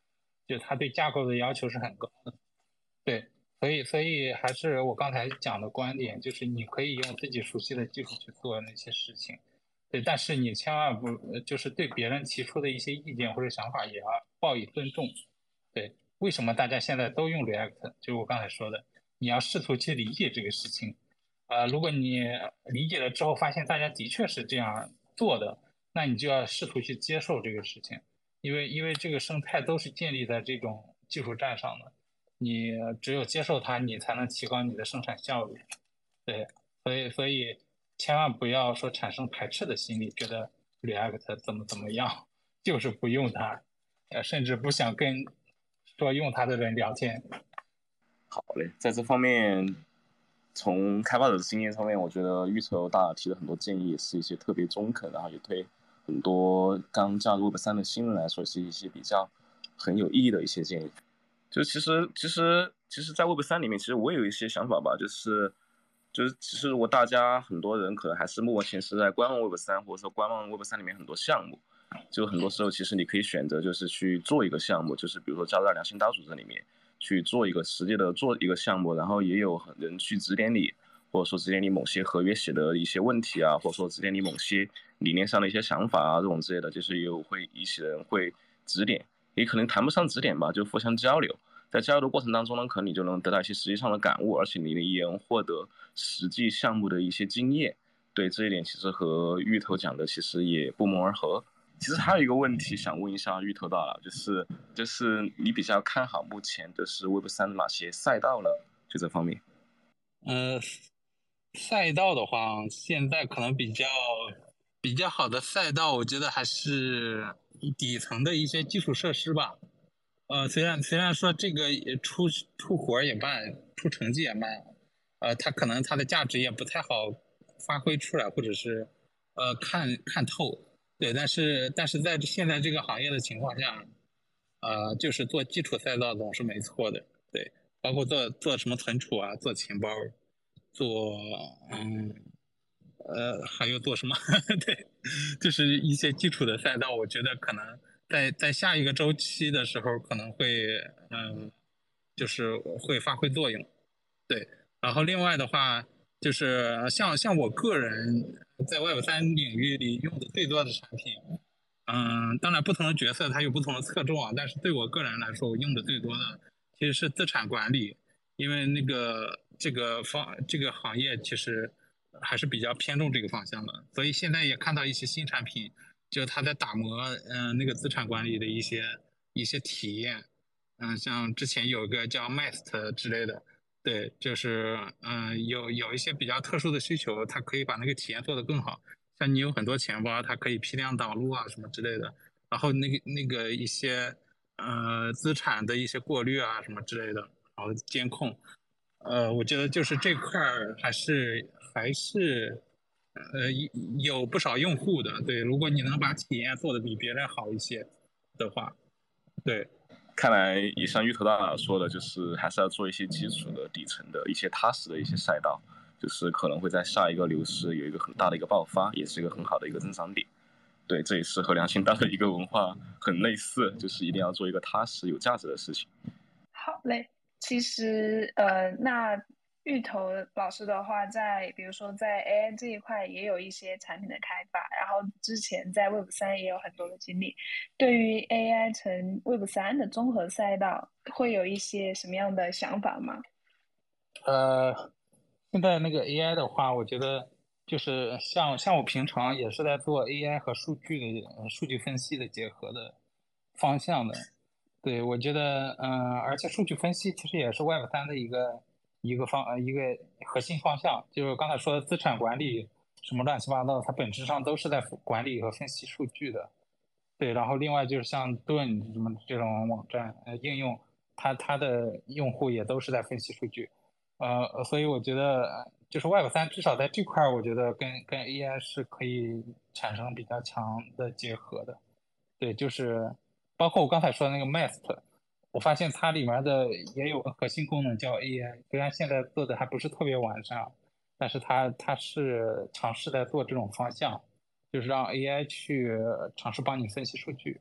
就它对架构的要求是很高的。对，所以还是我刚才讲的观点，就是你可以用自己熟悉的技术去做那些事情，对，但是你千万不就是对别人提出的一些意见或者想法也要报以尊重。对，为什么大家现在都用 React？就是我刚才说的，你要试图去理解这个事情。如果你理解了之后发现大家的确是这样做的，那你就要试图去接受这个事情，因为这个生态都是建立在这种技术站上的。你只有接受它，你才能提高你的生产效率。对，所以千万不要说产生排斥的心理，觉得 React 怎么样，就是不用它，甚至不想跟说用它的人聊天。 好嘞，在这方面，从开发者的经验上面，我觉得芋头大佬提的很多建议是一些特别中肯，然后也对很多刚加入 Web3 的新人来说是一些比较很有意义的一些建议。就其实，在 Web3 里面，其实我有一些想法吧，其实如果大家很多人可能还是目前是在观望 Web3，或者说观望 Web3 里面很多项目，就很多时候其实你可以选择就是去做一个项目，就是比如说加入到良心岛组织里面去做一个实际的做一个项目，然后也有人去指点你，或者说指点你某些合约写的一些问题啊，或者说指点你某些理念上的一些想法啊这种之类的，就是也有会一些人会指点，也可能谈不上指点吧，就互相交流。在交流的过程当中呢，可能你就能得到一些实际上的感悟，而且你也能获得实际项目的一些经验。对这一点，其实和芋头讲的其实也不谋而合。其实还有一个问题想问一下芋头大佬，就是你比较看好目前就是 Web3 的哪些赛道呢？就这方面。 呃，赛道的话，现在可能比较好的赛道，我觉得还是底层的一些基础设施吧。虽然说这个也出活也慢，出成绩也慢，它可能它的价值也不太好发挥出来，或者是看透，对，但是在现在这个行业的情况下，就是做基础赛道总是没错的，对，包括做什么存储啊，做钱包，做嗯还有做什么？对，就是一些基础的赛道，我觉得可能在下一个周期的时候可能会就是会发挥作用。对，然后另外的话就是像我个人在 Web3 领域里用的最多的产品，当然不同的角色它有不同的侧重啊，但是对我个人来说，我用的最多的其实是资产管理，因为这个行业其实还是比较偏重这个方向的，所以现在也看到一些新产品，就它在打磨那个资产管理的一些体验，像之前有一个叫 Mast 之类的，对，就是有一些比较特殊的需求，它可以把那个体验做得更好。像你有很多钱包，它可以批量导入啊什么之类的，然后那个一些资产的一些过滤啊什么之类的，然后监控，我觉得就是这块儿还是有不少用户的。对，如果你能把体验做得比别人好一些的话，对。 看来也像芋头大佬说的，就是还是要做一些基础的、底层的一些踏实的一些赛道，就是可能会在下一个牛市有一个很大的一个爆发，也是一个很好的一个增长点。对，这也是和良心大的一个文化很类似，就是一定要做一个踏实、有价值的事情。 好嘞，其实那芋头老师的话在，比如说在 AI 这一块也有一些产品的开发，然后之前在 Web3也有很多的经历。对于 AI 乘 Web3的综合赛道，会有一些什么样的想法吗？ 呃，现在那个 AI 的话，我觉得就是像我平常也是在做 AI 和数据的数据分析的结合的方向的。对，我觉得而且数据分析其实也是 Web3的一个核心方向，就是刚才说的资产管理什么乱七八糟，它本质上都是在管理和分析数据的。对，然后另外就是像盾什么这种网站应用，它的用户也都是在分析数据。所以我觉得就是 Web3至少在这块儿，我觉得跟 AI 是可以产生比较强的结合的。对，就是包括我刚才说的那个 Mast，我发现它里面的也有个核心功能叫 AI，虽然现在做的还不是特别完善，但是它是尝试在做这种方向，就是让 AI 去尝试帮你分析数据。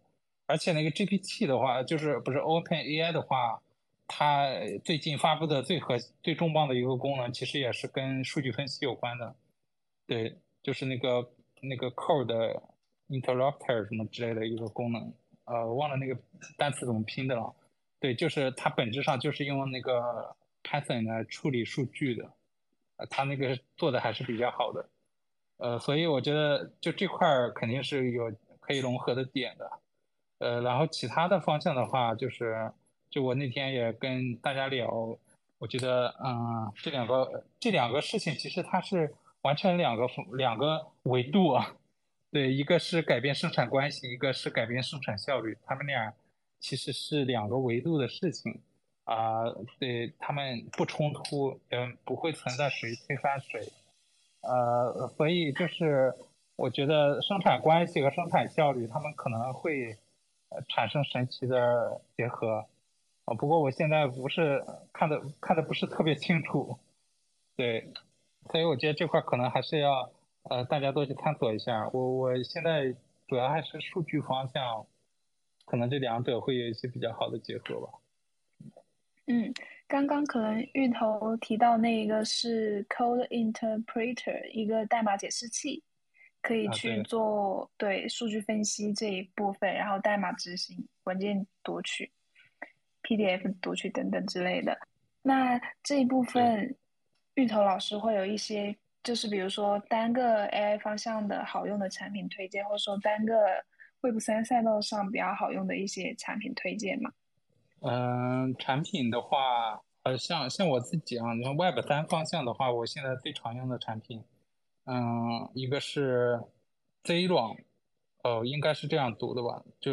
而且那个 GPT 的话，就是不是 OpenAI 的话，它最近发布的最重磅的一个功能，其实也是跟数据分析有关的。对，就是那个 code interrupter 什么之类的一个功能，忘了那个单词怎么拼的了。对，就是它本质上就是用那个 Python 来处理数据的，它那个做的还是比较好的。所以我觉得就这块儿肯定是有可以融合的点的。然后其他的方向的话，就我那天也跟大家聊，我觉得这两个事情其实它是完全两个维度啊。对，一个是改变生产关系，一个是改变生产效率，他们俩其实是两个维度的事情啊。对，他们不冲突，不会存在谁推翻谁。所以就是我觉得生产关系和生产效率，他们可能会产生神奇的结合。不过我现在不是看的不是特别清楚。对，所以我觉得这块可能还是要大家多去探索一下。我现在主要还是数据方向，可能这两者会有一些比较好的结合吧。 嗯，刚刚可能芋头提到那个是 code interpreter，一个代码解释器，可以去对。 做对数据分析这一部分，然后代码执行、文件读取、PDF 读取等等之类的。那这一部对。 分，芋头老师会有一些，就是比如说单个 AI 方向的好用的产品推荐，或者说单个 Web3赛道上比较好用的一些产品推荐吗？ 产品的话，像我自己啊，你看 Web3方向的话，我现在最常用的产品，一个是 Zerion，应该是这样读的吧，就是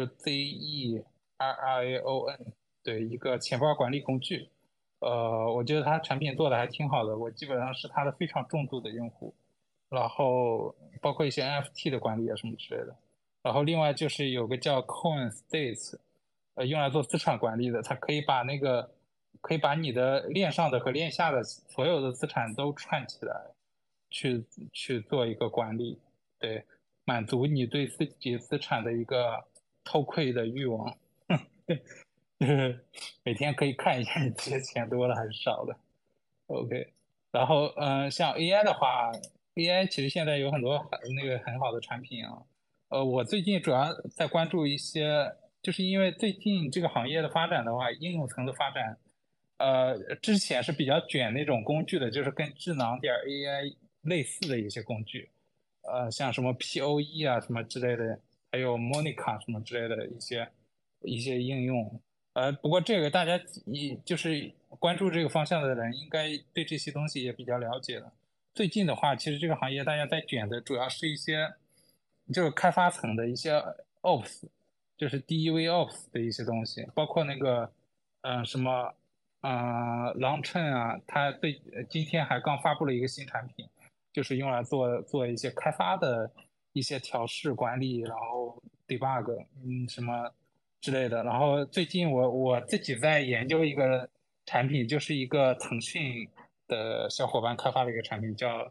Zerion，对，一个钱包管理工具。我觉得它产品做的还挺好的，我基本上是它的非常重度的用户，然后包括一些 NFT 的管理啊什么之类的。然后另外就是有个叫 CoinStates，用来做资产管理的，它可以把你的链上的和链下的所有的资产都串起来，去去做一个管理。对，满足你对自己资产的一个偷窥的欲望。就是每天可以看一下你自己的钱多了还是少了。OK，然后像 AI 的话，AI 其实现在有很多那个很好的产品啊。我最近主要在关注一些，就是因为最近这个行业的发展的话，应用层的发展，之前是比较卷那种工具的，就是跟智囊点 AI 类似的一些工具，像什么 POE 啊什么之类的，还有 Monica 什么之类的一些应用。不过这个大家就是关注这个方向的人，应该对这些东西也比较了解了。最近的话，其实这个行业大家在卷的主要是一些就是开发层的一些 Ops，就是 DevOps 的一些东西，包括那个什么狼趁啊，它今天还刚发布了一个新产品，就是用来做一些开发的一些调试管理，然后 debug，什么之类的。然后最近我自己在研究一个产品，就是一个腾讯的小伙伴开发的一个产品，叫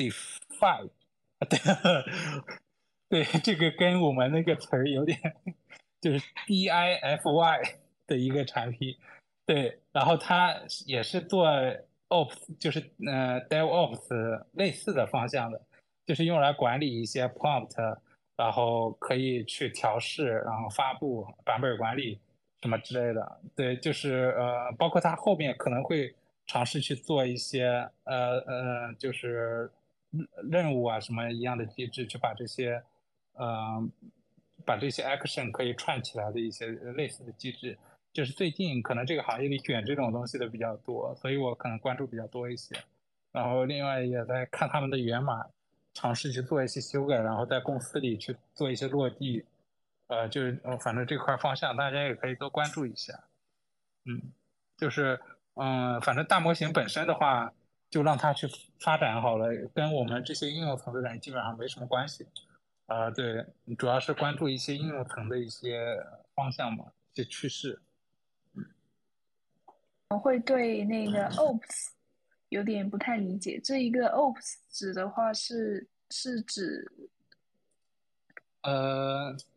Defy。对。对，这个跟我们那个词儿有点，就是 DIFY 的一个产品。对，然后它也是做 Ops，就是DevOps 类似的方向的，就是用来管理一些 prompt，然后可以去调试，然后发布版本管理什么之类的。对，就是包括它后面可能会尝试去做一些就是任务啊什么一样的机制，去呃把这些 action 可以串起来的一些类似的机制。就是最近可能这个行业里卷这种东西的比较多，所以我可能关注比较多一些。然后另外也在看他们的源码，尝试去做一些修改，然后在公司里去做一些落地。就是反正这块方向大家也可以多关注一下。嗯，就是反正大模型本身的话，就让它去发展好了，跟我们这些应用层的人基本上没什么关系。对，主要是关注一些应用层的一些方向嘛，一些趋势。 我会对那个 Ops 有点不太理解。这一个 Ops 指的话是指呃，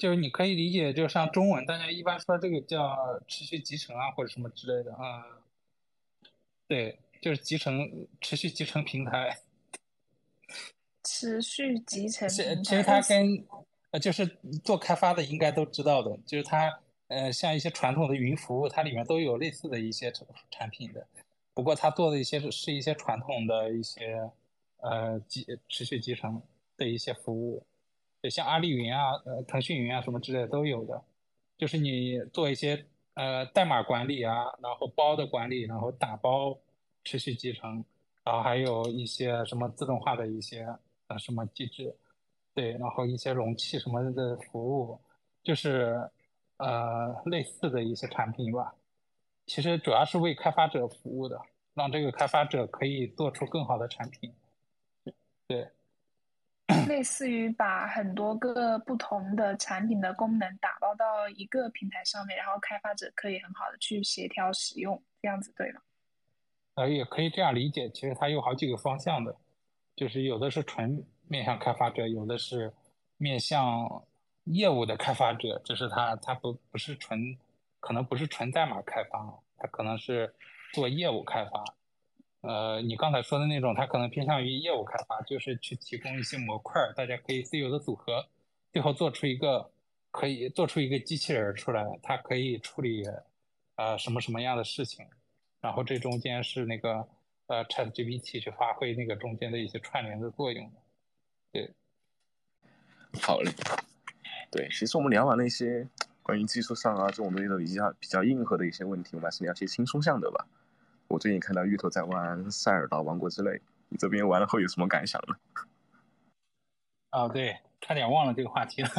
就是你可以理解，就像中文，大家一般说这个叫持续集成啊，或者什么之类的啊、对，就是持续集成平台。 持续集成平其实台类似。 它跟就是做开发的应该都知道的，就是它像一些传统的云服务，它里面都有类似的一些产品的，不过它做的是一些传统的一些持续集成的一些服务，对，像阿里云啊、腾讯云啊什么之类的都有的，就是你做一些代码管理啊，然后包的管理，然后打包持续集成，然后还有一些什么自动化的一些什么机制。对，然后一些容器什么的服务，就是类似的一些产品吧。其实主要是为开发者服务的，让这个开发者可以做出更好的产品。对， 类似于把很多个不同的产品的功能打包到一个平台上面，然后开发者可以很好的去协调使用，这样子对吗？ 也可以这样理解。其实它有好几个方向的，就是有的是纯面向开发者，有的是面向业务的开发者，就是它不是纯，可能不是纯代码开发，它可能是做业务开发。你刚才说的那种，它可能偏向于业务开发，就是去提供一些模块儿，大家可以自由的组合，最后可以做出一个机器人儿出来，它可以处理什么什么样的事情，然后这中间是那个ChatGPT 去发挥那个中间的一些串联的作用的。对， 好嘞。对，其实我们聊完了一些关于技术上啊这种东西的比较硬核的一些问题，我们还是聊些轻松向的吧。我最近看到芋头在玩塞尔达王国之泪，你这边玩了后有什么感想呢？ 对，差点忘了这个话题了。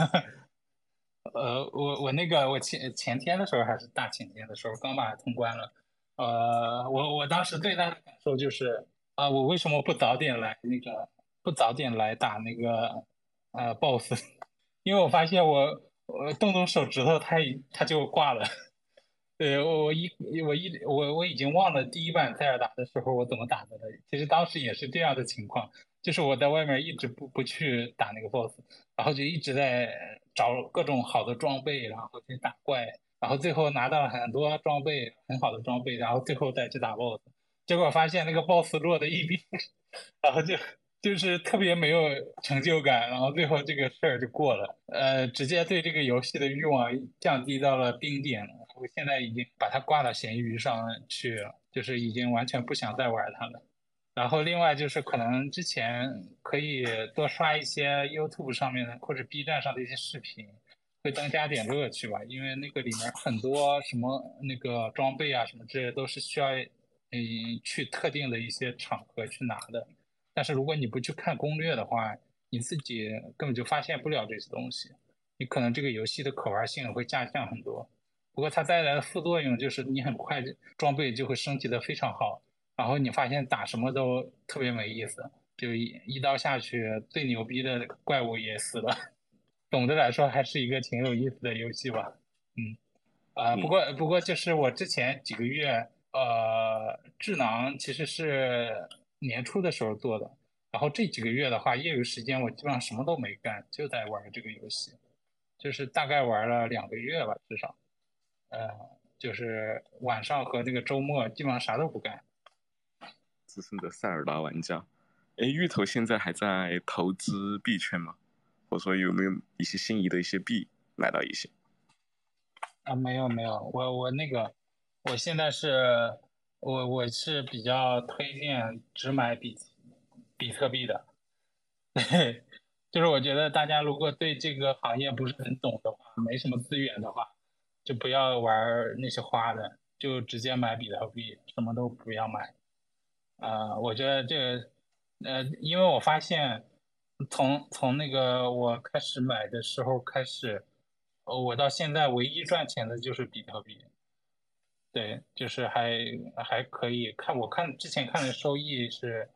我那个我前天的时候还是大前天的时候刚把它通关了。我当时最大的感受就是我为什么不早点来打那个BOSS？因为我发现我动手指头它就挂了。对，我已经忘了第一版塞尔达的时候我怎么打的了。其实当时也是这样的情况，就是我在外面一直不去打那个 BOSS，然后就一直在找各种好的装备，然后去打怪，然后最后拿到了很多装备，很好的装备，然后最后再去打 BOSS，结果发现那个 BOSS 落得一地，然后就是特别没有成就感，然后最后这个事儿就过了，直接对这个游戏的欲望降低到了冰点了。我现在已经把它挂到闲鱼上去了，就是已经完全不想再玩它了。然后另外就是可能之前可以多刷一些 YouTube 上面的或者 B 站上的一些视频，会增加点乐趣吧。因为那个里面很多什么那个装备啊什么之类的都是需要去特定的一些场合去拿的。但是如果你不去看攻略的话，你自己根本就发现不了这些东西，你可能这个游戏的可玩性会下降很多。不过它带来的副作用就是你很快装备就会升级的非常好，然后你发现打什么都特别没意思，就一刀下去，最牛逼的怪物也死了。总的来说还是一个挺有意思的游戏吧。嗯。不过就是我之前几个月，智囊其实是年初的时候做的，然后这几个月的话，业余时间我基本上什么都没干，就在玩这个游戏，就是大概玩了2个月吧，至少，呃，就是晚上和那个周末基本上啥都不干。 资深的塞尔达玩家。哎，芋头现在还在投资币圈吗？或者说有没有一些心仪的一些币买到一些？ 没有没有，我现在我是比较推荐只买比特币的。对，就是我觉得大家如果对这个行业不是很懂的话，没什么资源的话，就不要玩那些花的，就直接买比特币，什么都不要买。我觉得这个，因为我发现从那个我开始买的时候开始，我到现在唯一赚钱的就是比特币。对，就是还可以看，我之前看的收益是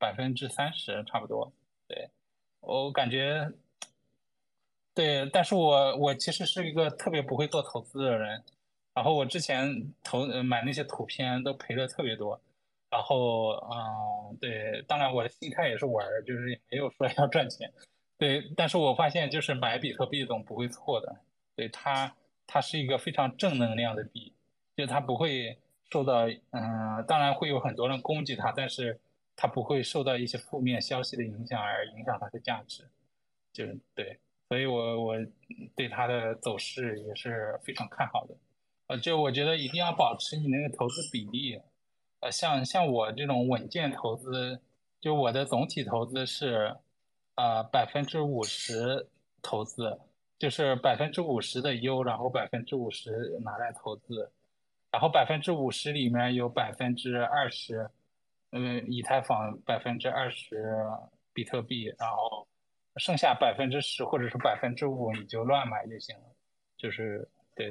30%差不多。对，我感觉对，但是我其实是一个特别不会做投资的人，然后我之前买那些图片都赔的特别多，然后对，当然我的心态也是玩儿，就是也没有说要赚钱， 对，但是我发现就是买比特币总不会错的，对，它是一个非常正能量的币，就是它不会受到，当然会有很多人攻击它，但是它不会受到一些负面消息的影响而影响它的价值，就是对，所以我对它的走势也是非常看好的，就我觉得一定要保持你那个投资比例，像我这种稳健投资，就我的总体投资是50%投资，就是50%的优，然后50%拿来投资，然后50%里面有20%，以太坊20%比特币，然后剩下10%或者是5%你就乱买就行了，就是对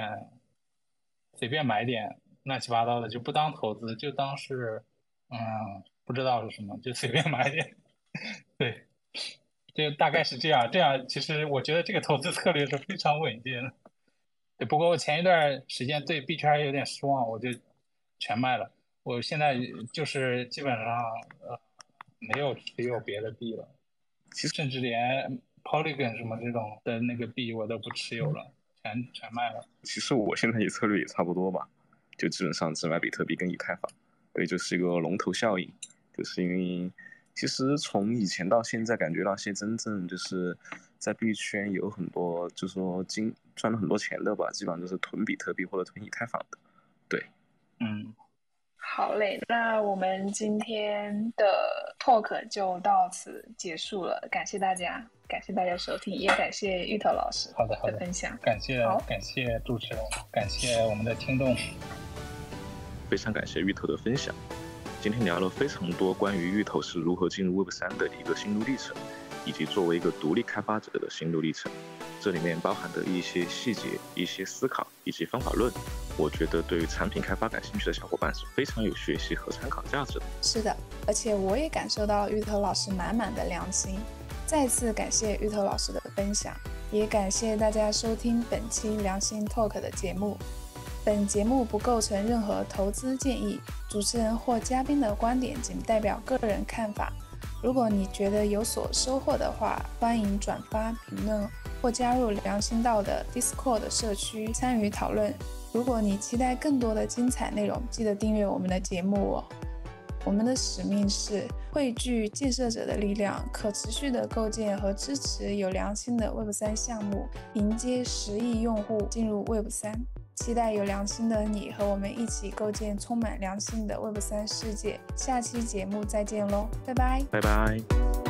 随便买点乱七八糟的，就不当投资，就当是不知道是什么，就随便买点，对。就大概是这样，这样其实我觉得这个投资策略是非常稳健的。对，不过我前一段时间对币圈有点失望，我就全卖了。我现在就是基本上没有持有别的币了，甚至连 Polygon 什么这种的那个币我都不持有了，全卖了。 其实我现在也策略也差不多吧，就基本上只买比特币跟以太坊，所以就是一个龙头效应，就是因为其实从以前到现在，感觉那些真正就是在币圈有很多就是说赚了很多钱的吧，基本上就是囤比特币或者囤以太坊的，对。 好嘞，那我们今天的 talk 就到此结束了，感谢大家收听，也感谢芋头老师的分享。 感谢主持人，感谢我们的听众， 非常感谢芋头的分享。今天聊了非常多关于芋头是如何进入 Web3 的一个心路历程，以及作为一个独立开发者的心路历程。这里面包含的一些细节、一些思考以及方法论，我觉得对于产品开发感兴趣的小伙伴是非常有学习和参考价值的。 是的，而且我也感受到芋头老师满满的良心。再次感谢芋头老师的分享，也感谢大家收听本期良心 Talk 的节目。本节目不构成任何投资建议，主持人或嘉宾的观点仅代表个人看法。如果你觉得有所收获的话，欢迎转发、评论或加入良心道的 Discord 社区参与讨论。如果你期待更多的精彩内容，记得订阅我们的节目哦。我们的使命是汇聚建设者的力量，可持续的构建和支持有良心的 Web3 项目，迎接10亿用户进入 Web3。期待有良心的你和我们一起构建充满良心的 Web3 世界。下期节目再见喽，拜拜。 拜拜。